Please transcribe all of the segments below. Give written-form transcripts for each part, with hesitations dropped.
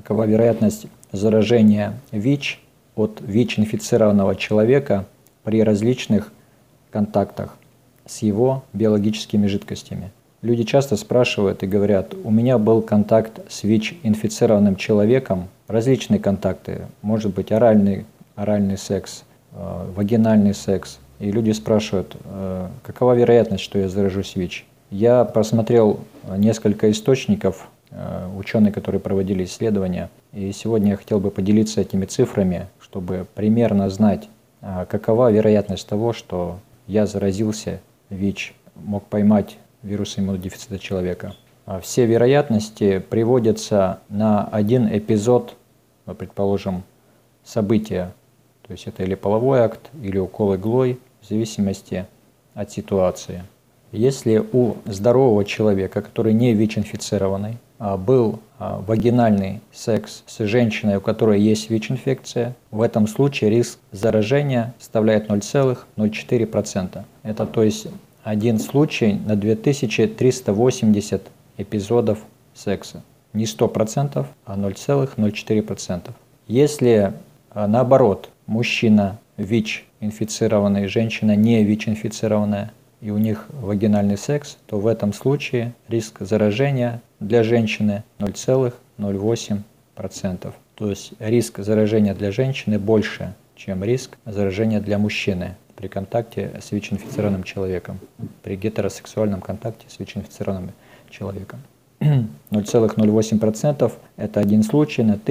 какова вероятность заражения ВИЧ от ВИЧ-инфицированного человека при различных контактах с его биологическими жидкостями. Люди часто спрашивают и говорят: у меня был контакт с ВИЧ-инфицированным человеком, различные контакты, может быть оральный секс, вагинальный секс. И люди спрашивают, какова вероятность, что я заражусь ВИЧ. Я просмотрел несколько источников, ученые, которые проводили исследования, и сегодня я хотел бы поделиться этими цифрами, чтобы примерно знать, какова вероятность того, что я заразился ВИЧ, мог поймать вирус иммунодефицита человека. Все вероятности приводятся на один эпизод, предположим, события, то есть это или половой акт, или укол иглой, в зависимости от ситуации. Если у здорового человека, который не ВИЧ-инфицированный, был вагинальный секс с женщиной, у которой есть ВИЧ-инфекция, в этом случае риск заражения составляет 0,04%. Это то есть один случай на 2380 эпизодов секса. Не 100%, а 0,04%. Если наоборот, мужчина ВИЧ-инфицированный, женщина не ВИЧ-инфицированная, и у них вагинальный секс, то в этом случае риск заражения для женщины 0,08%. То есть риск заражения для женщины больше, чем риск заражения для мужчины при контакте с ВИЧ-инфицированным человеком, при гетеросексуальном контакте с ВИЧ-инфицированным человеком. 0,08% – это один случай на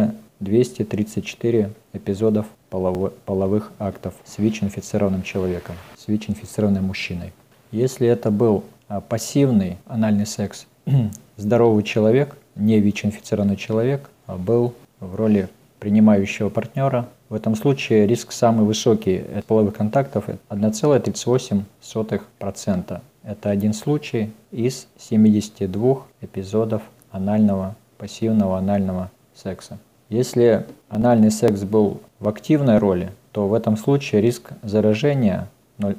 1234 эпизодов половых актов с ВИЧ-инфицированным человеком, с ВИЧ-инфицированным мужчиной. Если это был пассивный анальный секс, здоровый человек, не ВИЧ-инфицированный человек, был в роли принимающего партнера, в этом случае риск самый высокий от половых контактов – 1,38%. Это один случай из 72 эпизодов пассивного анального секса. Если анальный секс был в активной роли, то в этом случае риск заражения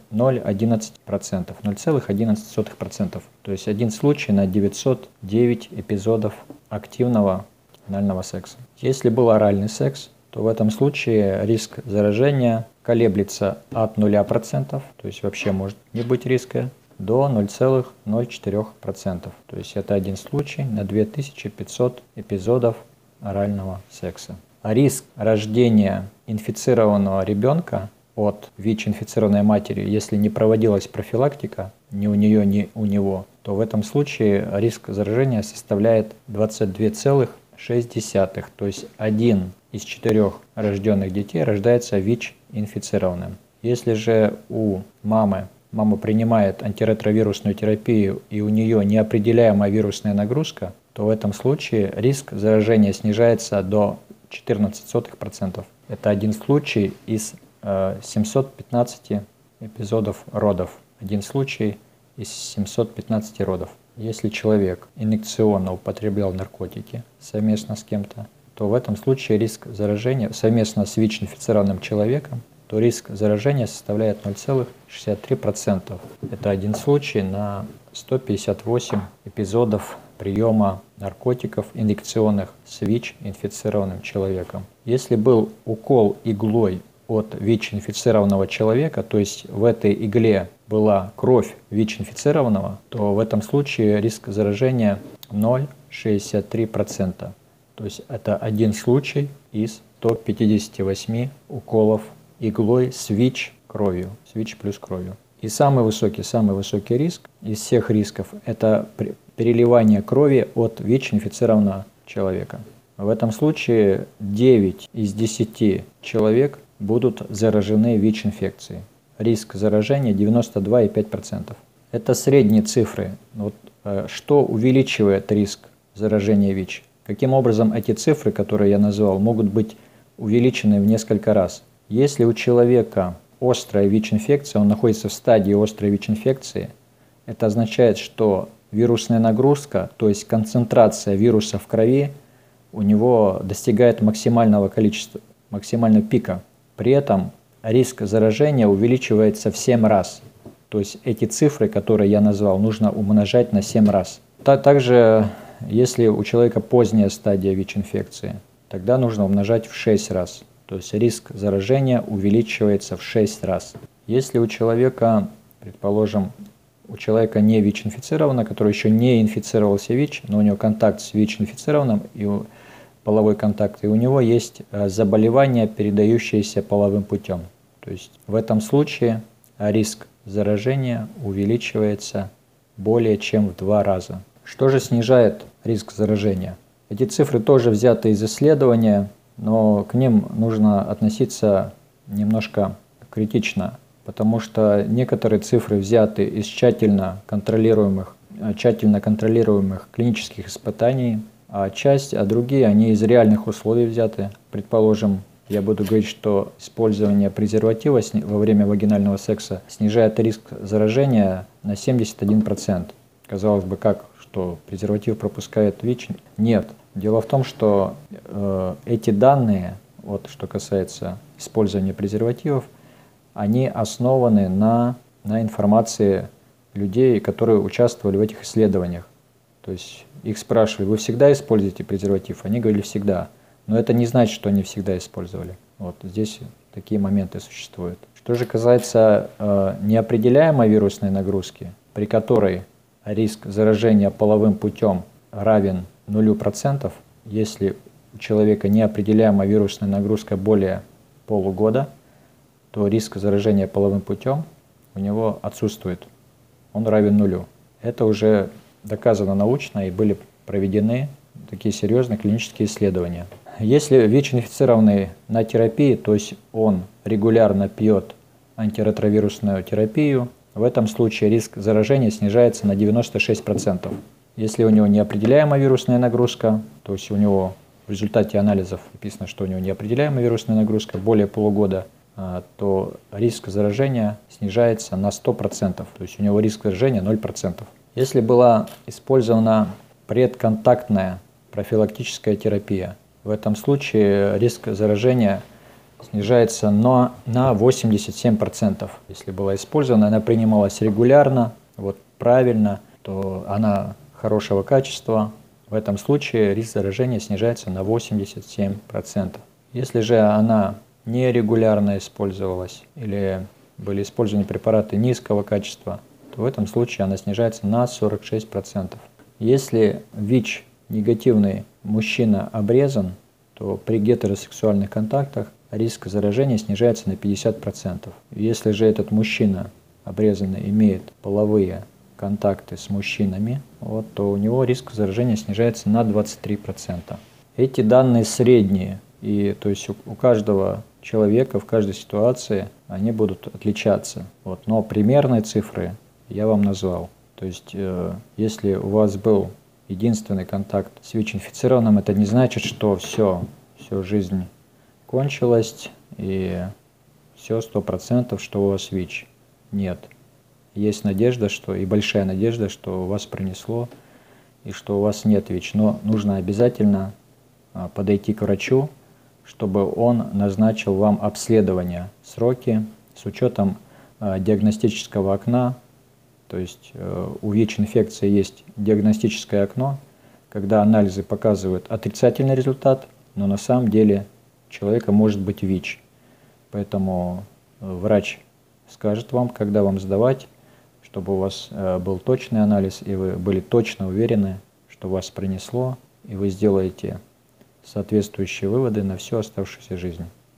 0,11%. То есть один случай на 909 эпизодов активного анального секса. Если был оральный секс, то в этом случае риск заражения колеблется от 0%, то есть вообще может не быть риска, до 0,04%. То есть это один случай на 2500 эпизодов орального секса. А риск рождения инфицированного ребенка от ВИЧ-инфицированной матери, если не проводилась профилактика ни у нее, ни у него, то в этом случае риск заражения составляет 22,6. То есть 1 из 4 рожденных детей рождается ВИЧ-инфицированным. Если же у мама принимает антиретровирусную терапию и у нее неопределяемая вирусная нагрузка, то в этом случае риск заражения снижается до 0,14%. Это один случай из 715 эпизодов родов. Один случай из 715 родов. Если человек инъекционно употреблял наркотики совместно с кем-то, то в этом случае риск заражения совместно с ВИЧ-инфицированным человеком, то риск заражения составляет 0,63%. Это один случай на 158 эпизодов приема наркотиков инъекционных с ВИЧ-инфицированным человеком. Если был укол иглой от ВИЧ-инфицированного человека, то есть в этой игле была кровь ВИЧ-инфицированного, то в этом случае риск заражения 0,63%. То есть это один случай из 158 уколов иглой с ВИЧ кровью, с ВИЧ плюс кровью. И самый высокий риск из всех рисков – это переливание крови от ВИЧ-инфицированного человека. В этом случае 9 из 10 человек будут заражены ВИЧ-инфекцией. Риск заражения 92,5%. Это средние цифры. Вот, что увеличивает риск заражения ВИЧ? Каким образом эти цифры, которые я назвал, могут быть увеличены в несколько раз? Если у человека острая ВИЧ-инфекция, он находится в стадии острой ВИЧ-инфекции, это означает, что вирусная нагрузка, то есть концентрация вируса в крови, у него достигает максимального количества, максимального пика. При этом риск заражения увеличивается в 7 раз. То есть эти цифры, которые я назвал, нужно умножать на 7 раз. Также Если у человека поздняя стадия ВИЧ-инфекции, тогда нужно умножать в 6 раз. То есть риск заражения увеличивается в 6 раз. Если у человека, предположим, у человека не ВИЧ-инфицировано, который еще не инфицировался ВИЧ, но у него контакт с ВИЧ-инфицированным, и половой контакт, и у него есть заболевание, передающееся половым путем. То есть в этом случае риск заражения увеличивается более чем в 2 раза. Что же снижает риск заражения? Эти цифры тоже взяты из исследования, но к ним нужно относиться немножко критично, потому что некоторые цифры взяты из тщательно контролируемых клинических испытаний, а другие они из реальных условий взяты. Предположим, я буду говорить, что использование презерватива во время вагинального секса снижает риск заражения на 71%. Казалось бы, как, что презерватив пропускает ВИЧ? Нет. Дело в том, что эти данные, вот что касается использования презервативов, они основаны на информации людей, которые участвовали в этих исследованиях. То есть их спрашивали: вы всегда используете презерватив? Они говорили: всегда. Но это не значит, что они всегда использовали. Вот здесь такие моменты существуют. Что же касается неопределяемой вирусной нагрузки, при которой риск заражения половым путем равен 0%, если у человека неопределяемая вирусная нагрузка более полугода, то риск заражения половым путем у него отсутствует. Он равен 0. Это уже доказано научно и были проведены такие серьезные клинические исследования. Если ВИЧ-инфицированный на терапии, то есть он регулярно пьет антиретровирусную терапию, в этом случае риск заражения снижается на 96%. Если у него неопределяемая вирусная нагрузка, то есть у него в результате анализов написано, что у него неопределяемая вирусная нагрузка более полугода, то риск заражения снижается на 100%, то есть у него риск заражения 0%. Если была использована предконтактная профилактическая терапия, в этом случае риск заражения снижается на 87%. Если была использована, она принималась регулярно, вот правильно, то она хорошего качества. В этом случае риск заражения снижается на 87%. Если же она нерегулярно использовалась или были использованы препараты низкого качества, то в этом случае она снижается на 46%. Если ВИЧ негативный мужчина обрезан, то при гетеросексуальных контактах риск заражения снижается на 50%. Если же этот мужчина обрезанный имеет половые контакты с мужчинами, то у него риск заражения снижается на 23%. Эти данные средние, и то есть у каждого человека в каждой ситуации они будут отличаться. Но примерные цифры я вам назвал. То есть если у вас был единственный контакт с ВИЧ-инфицированным, это не значит, что все, жизнь кончилась и все 100%, что у вас ВИЧ. Нет. Есть надежда, и большая надежда, что у вас пронесло и что у вас нет ВИЧ. Но нужно обязательно подойти к врачу, чтобы он назначил вам обследование, сроки с учетом диагностического окна. То есть у ВИЧ-инфекции есть диагностическое окно, когда анализы показывают отрицательный результат, но на самом деле у человека может быть ВИЧ. Поэтому врач скажет вам, когда вам сдавать, чтобы у вас был точный анализ, и вы были точно уверены, что вас пронесло, и вы сделаете соответствующие выводы на всю оставшуюся жизнь.